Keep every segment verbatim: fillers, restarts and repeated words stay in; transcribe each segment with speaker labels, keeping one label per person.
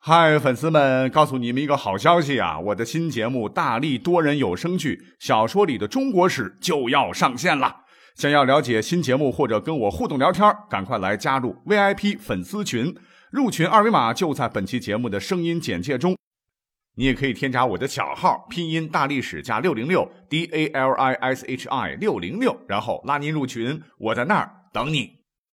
Speaker 1: 嗨，粉丝们，告诉你们一个好消息啊！我的新节目《大力多人有声剧小说里的中国史》就要上线了。想要了解新节目或者跟我互动聊天，赶快来加入 V I P 粉丝群，入群二维码就在本期节目的声音简介中。你也可以添加我的小号，拼音大历史加六零六 D A L I S H I 六零六，然后拉您入群，我在那儿等你。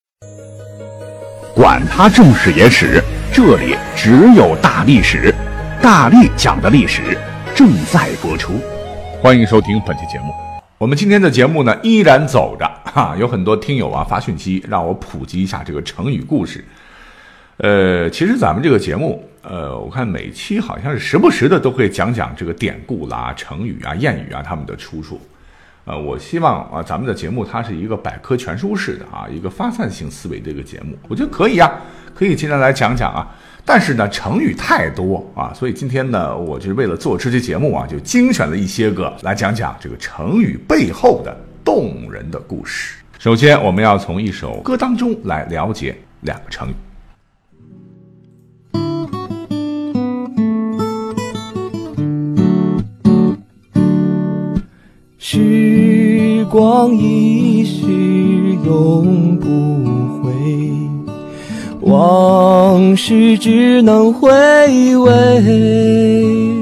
Speaker 2: 管他正史野史，这里只有大历史，大力讲的历史正在播出，
Speaker 1: 欢迎收听本期节目。我们今天的节目呢依然走着哈，有很多听友啊发讯息让我普及一下这个成语故事。呃，其实咱们这个节目，呃，我看每期好像是时不时的都会讲讲这个典故啦、成语啊、谚语啊他们的出处。呃，我希望啊，咱们的节目它是一个百科全书式的啊，一个发散性思维的一个节目，我觉得可以啊，可以今天来讲讲啊。但是呢，成语太多啊，所以今天呢，我就是为了做这期节目啊，就精选了一些个来讲讲这个成语背后的动人的故事。首先，我们要从一首歌当中来了解两个成语。
Speaker 3: 时光一逝永不回，往事只能回味。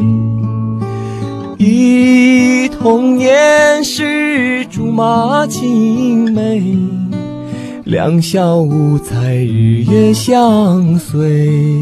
Speaker 3: 忆童年时竹马青梅，两小无猜日夜相随。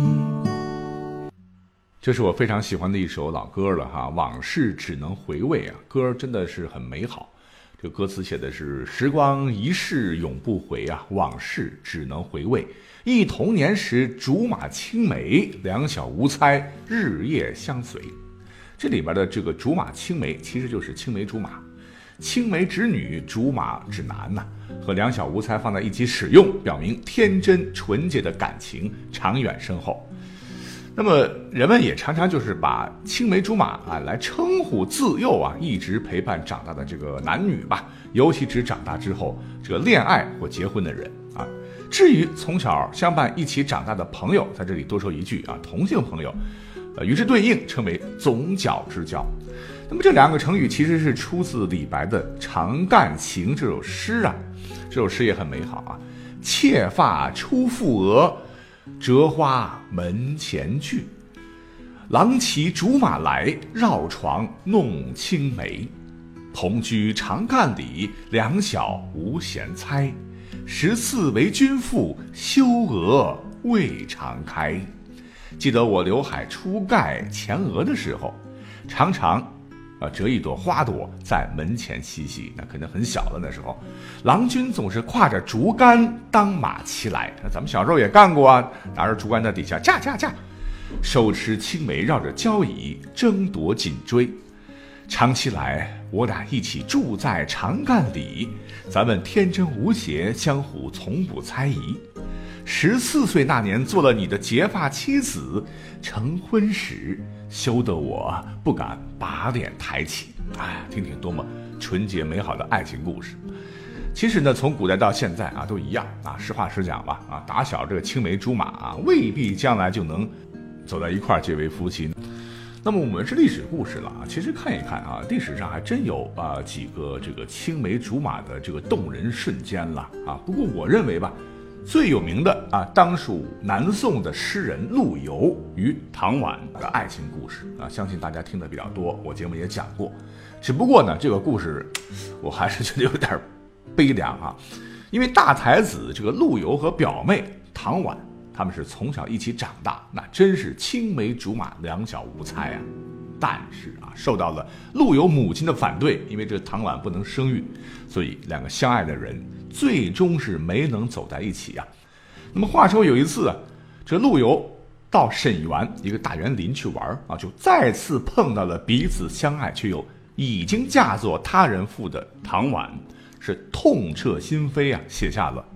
Speaker 1: 这是我非常喜欢的一首老歌了哈，往事只能回味啊，歌真的是很美好。这个歌词写的是时光一逝永不回啊，往事只能回味。忆童年时竹马青梅，两小无猜日夜相随。这里边的这个竹马青梅其实就是青梅竹马，青梅指女，竹马指男呐、啊，和两小无猜放在一起使用，表明天真纯洁的感情长远深厚。那么人们也常常就是把青梅竹马啊来称呼自幼啊一直陪伴长大的这个男女吧，尤其指长大之后这个恋爱或结婚的人啊。至于从小相伴一起长大的朋友，在这里多说一句啊，同性朋友，呃，与之对应称为总角之交。那么这两个成语其实是出自李白的《长干行》这首诗啊，这首诗也很美好啊。妾发初覆额，折花门前剧，郎骑竹马来，绕床弄青梅。同居长干里，两小无嫌猜。十四为君妇，羞额未尝开。记得我刘海初盖前额的时候，常常啊折一朵花朵在门前嬉戏，那可能很小了那时候。郎君总是挎着竹竿当马骑来，咱们小时候也干过啊，拿着竹竿在底下驾驾驾，手持青梅绕着交椅争夺紧追。长期来我俩一起住在长干里，咱们天真无邪，相互从不猜疑。十四岁那年做了你的结发妻子，成婚时羞得我不敢把脸抬起。哎，听听多么纯洁美好的爱情故事。其实呢，从古代到现在啊，都一样啊。实话实讲吧，啊，打小这个青梅竹马啊，未必将来就能走在一块儿结为夫妻。那么我们是历史故事了啊，其实看一看啊，历史上还真有啊几个这个青梅竹马的这个动人瞬间了啊。不过我认为吧，最有名的啊，当属南宋的诗人陆游与唐婉的爱情故事啊，相信大家听的比较多，我节目也讲过。只不过呢，这个故事我还是觉得有点悲凉啊，因为大才子这个陆游和表妹唐婉，他们是从小一起长大，那真是青梅竹马，两小无猜啊。但是啊，受到了陆游母亲的反对，因为这唐婉不能生育，所以两个相爱的人最终是没能走在一起啊。那么话说有一次啊，这陆游到沈园一个大园林去玩啊，就再次碰到了彼此相爱却又已经嫁作他人妇的唐婉，是痛彻心扉啊，写下了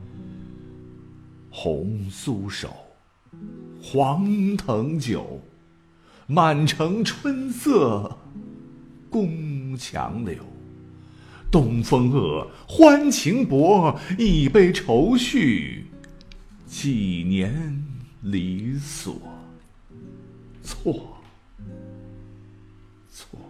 Speaker 1: 红酥手，黄藤酒，满城春色宫墙柳。东风恶，欢情薄，一杯愁绪，几年离索。 错，错，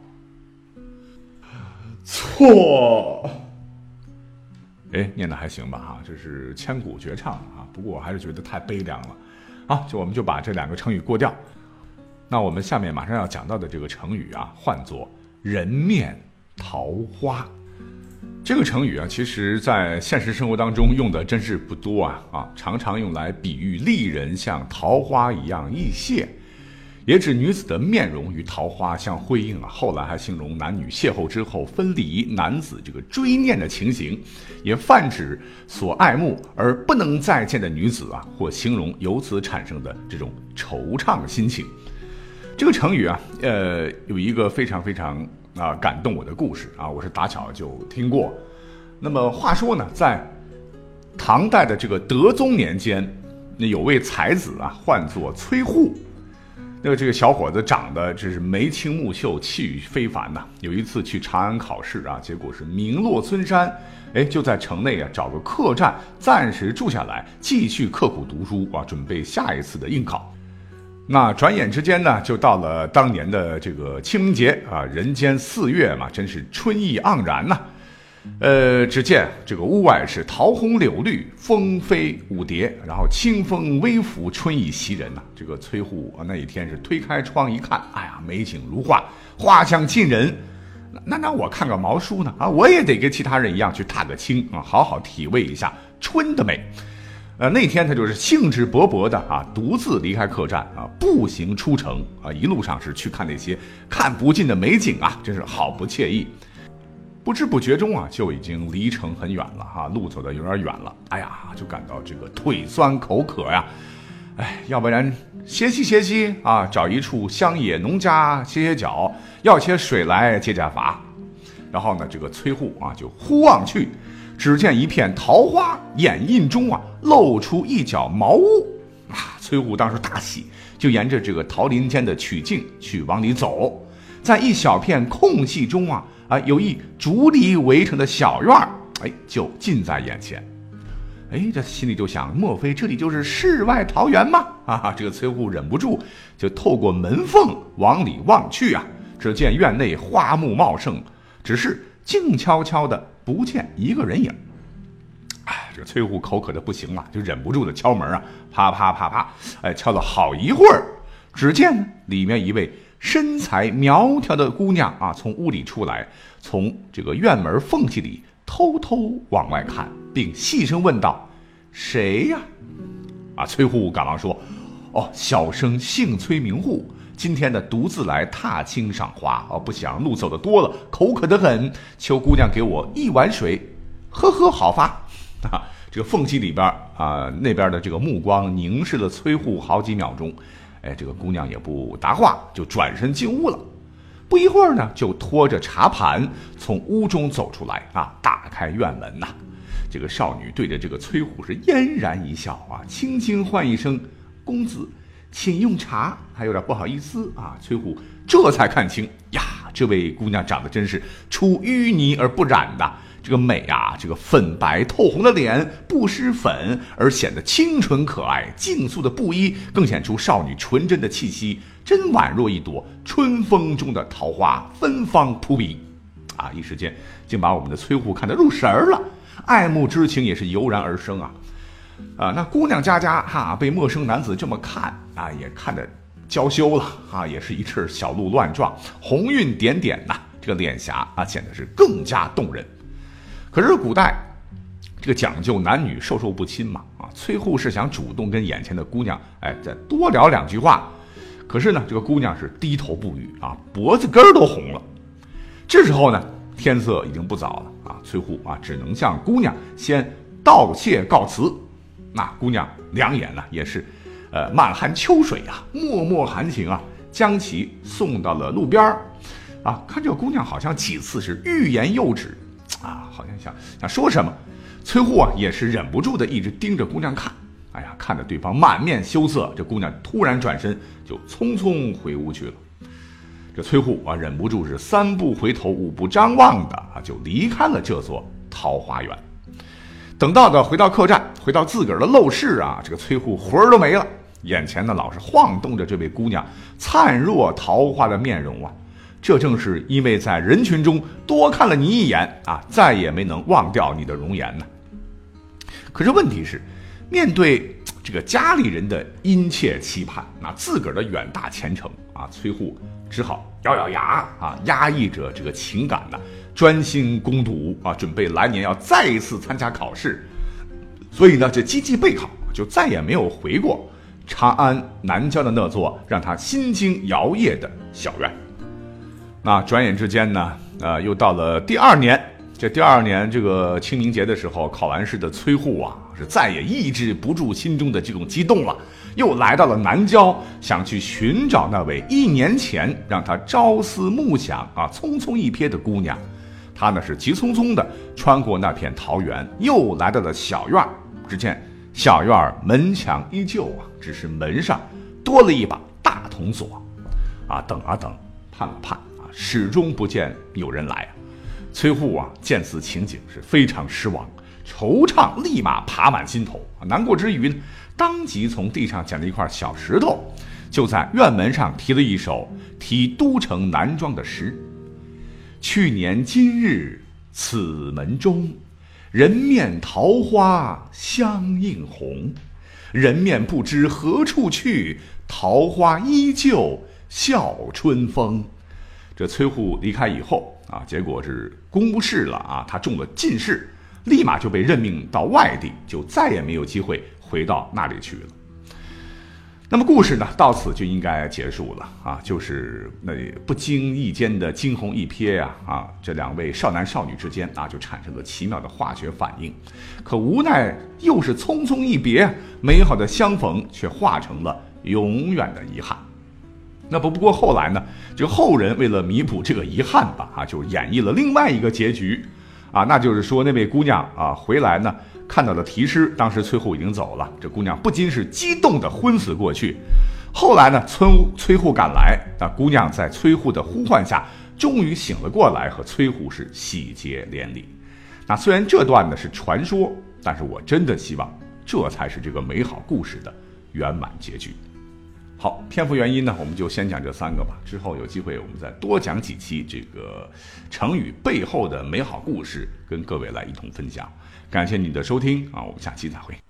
Speaker 1: 错。哎，念的还行吧哈，这是千古绝唱啊。不过我还是觉得太悲凉了。好，就我们就把这两个成语过掉。那我们下面马上要讲到的这个成语啊，唤作人面桃花。这个成语啊，其实在现实生活当中用的真是不多啊啊，常常用来比喻丽人像桃花一样易谢，也指女子的面容与桃花相辉映啊。后来还形容男女邂逅之后分离，男子这个追念的情形，也泛指所爱慕而不能再见的女子啊，或形容由此产生的这种惆怅心情。这个成语啊，呃，有一个非常非常啊感动我的故事啊，我是打巧就听过。那么话说呢，在唐代的这个德宗年间，那有位才子啊，唤作崔护。那个这个小伙子长得这是眉清目秀，气宇非凡呐、啊。有一次去长安考试啊，结果是名落孙山，哎，就在城内啊找个客栈暂时住下来，继续刻苦读书啊，准备下一次的应考。那转眼之间呢，就到了当年的这个清明节啊，人间四月嘛，真是春意盎然呐、啊。呃，只见这个屋外是桃红柳绿，蜂飞舞蝶，然后清风微拂，春意袭人呐、啊。这个崔护啊，那一天是推开窗一看，哎呀，美景如画，花香沁人。那那我看个毛书呢啊，我也得跟其他人一样去踏个青啊，好好体味一下春的美。呃，那天他就是兴致勃勃的啊，独自离开客栈啊，步行出城啊，一路上是去看那些看不尽的美景啊，真是好不惬意。不知不觉中啊，就已经离城很远了哈、啊，路走的有点远了。哎呀，就感到这个腿酸口渴呀，哎，要不然歇息歇息啊，找一处乡野农家歇歇脚，要些水来解解乏。然后呢，这个崔护啊，就忽望去。只见一片桃花，眼印中啊露出一角茅屋啊！崔护当时大喜，就沿着这个桃林间的曲径去往里走，在一小片空隙中啊啊有一竹篱围成的小院，哎，就近在眼前。哎，这心里就想，莫非这里就是世外桃源吗？啊，这个崔护忍不住就透过门缝往里望去啊，只见院内花木茂盛，只是静悄悄的，不见一个人影。哎，这崔护口渴的不行了，就忍不住的敲门啊，啪啪啪啪，哎，敲了好一会儿，只见呢里面一位身材苗条的姑娘啊，从屋里出来，从这个院门缝隙里偷偷往外看，并细声问道：“谁呀？”啊，崔护赶忙说：“哦，小生姓崔名护。今天呢，独自来踏青赏花哦，不想路走的多了，口渴得很，求姑娘给我一碗水，喝喝好发。”啊，这个缝隙里边啊，那边的这个目光凝视了崔护好几秒钟，哎，这个姑娘也不答话，就转身进屋了。不一会儿呢，就拖着茶盘从屋中走出来啊，打开院门呐、啊。这个少女对着这个崔护是嫣然一笑啊，轻轻唤一声：“公子。”请用茶，还有点不好意思啊。崔护这才看清呀，这位姑娘长得真是出淤泥而不染的，这个美啊，这个粉白透红的脸不施粉，而显得清纯可爱，净素的布衣更显出少女纯真的气息，真宛若一朵春风中的桃花，芬芳扑鼻啊！一时间竟把我们的崔护看得入神了，爱慕之情也是油然而生啊。啊，那姑娘家家哈被陌生男子这么看啊，也看得娇羞了啊，也是一阵小鹿乱撞，红晕点点呐、啊，这个脸颊啊显得是更加动人。可是古代这个讲究男女授受不亲嘛啊，崔护是想主动跟眼前的姑娘哎再多聊两句话，可是呢这个姑娘是低头不语啊，脖子根儿都红了。这时候呢天色已经不早了啊，崔护啊只能向姑娘先道谢告辞。那姑娘两眼呢也是呃满含秋水啊，脉脉含情啊，将其送到了路边啊。看这个姑娘好像几次是欲言又止啊，好像想想说什么。崔护啊也是忍不住的一直盯着姑娘看，哎呀，看着对方满面羞涩，这姑娘突然转身就匆匆回屋去了。这崔护啊忍不住是三步回头五步张望的啊，就离开了这座桃花源。等到的回到客栈，回到自个儿的陋室啊，这个崔护魂儿都没了眼前呢老是晃动着这位姑娘灿若桃花的面容啊，这正是因为在人群中多看了你一眼啊，再也没能忘掉你的容颜呢。可是问题是，面对这个家里人的殷切期盼，那自个儿的远大前程啊，崔护只好咬咬牙啊，压抑着这个情感呢，专心攻读啊，准备来年要再一次参加考试。所以呢，这积极备考，就再也没有回过长安南郊的那座让他心惊摇曳的小院。那转眼之间呢，呃，又到了第二年。这第二年这个清明节的时候，考完试的崔护啊，是再也抑制不住心中的这种激动了，又来到了南郊，想去寻找那位一年前让他朝思暮想啊、匆匆一瞥的姑娘。他呢是急匆匆的穿过那片桃园，又来到了小院。只见小院门墙依旧啊，只是门上多了一把大铜锁。啊，等啊等，盼啊盼啊，始终不见有人来啊。崔护啊，见此情景是非常失望，惆怅立马爬满心头。难过之余呢，当即从地上捡了一块小石头，就在院门上题了一首题都城南庄的诗：去年今日此门中，人面桃花相映红。人面不知何处去，桃花依旧笑春风。这崔护离开以后啊，结果是公务事了啊，他中了进士，立马就被任命到外地，就再也没有机会回到那里去了。那么故事呢，到此就应该结束了啊，就是那不经意间的惊鸿一瞥呀，啊，这两位少男少女之间啊，就产生了奇妙的化学反应。可无奈又是匆匆一别，美好的相逢却化成了永远的遗憾。那不不过后来呢，这个后人为了弥补这个遗憾吧，啊，就演绎了另外一个结局，啊，那就是说那位姑娘啊回来呢，看到了题诗，当时崔护已经走了，这姑娘不禁是激动的昏死过去。后来呢，崔崔护赶来，那姑娘在崔护的呼唤下，终于醒了过来，和崔护是喜结连理。那虽然这段呢是传说，但是我真的希望这才是这个美好故事的圆满结局。好，篇幅原因呢，我们就先讲这三个吧。之后有机会我们再多讲几期这个成语背后的美好故事，跟各位来一同分享。感谢你的收听啊，我们下期再会。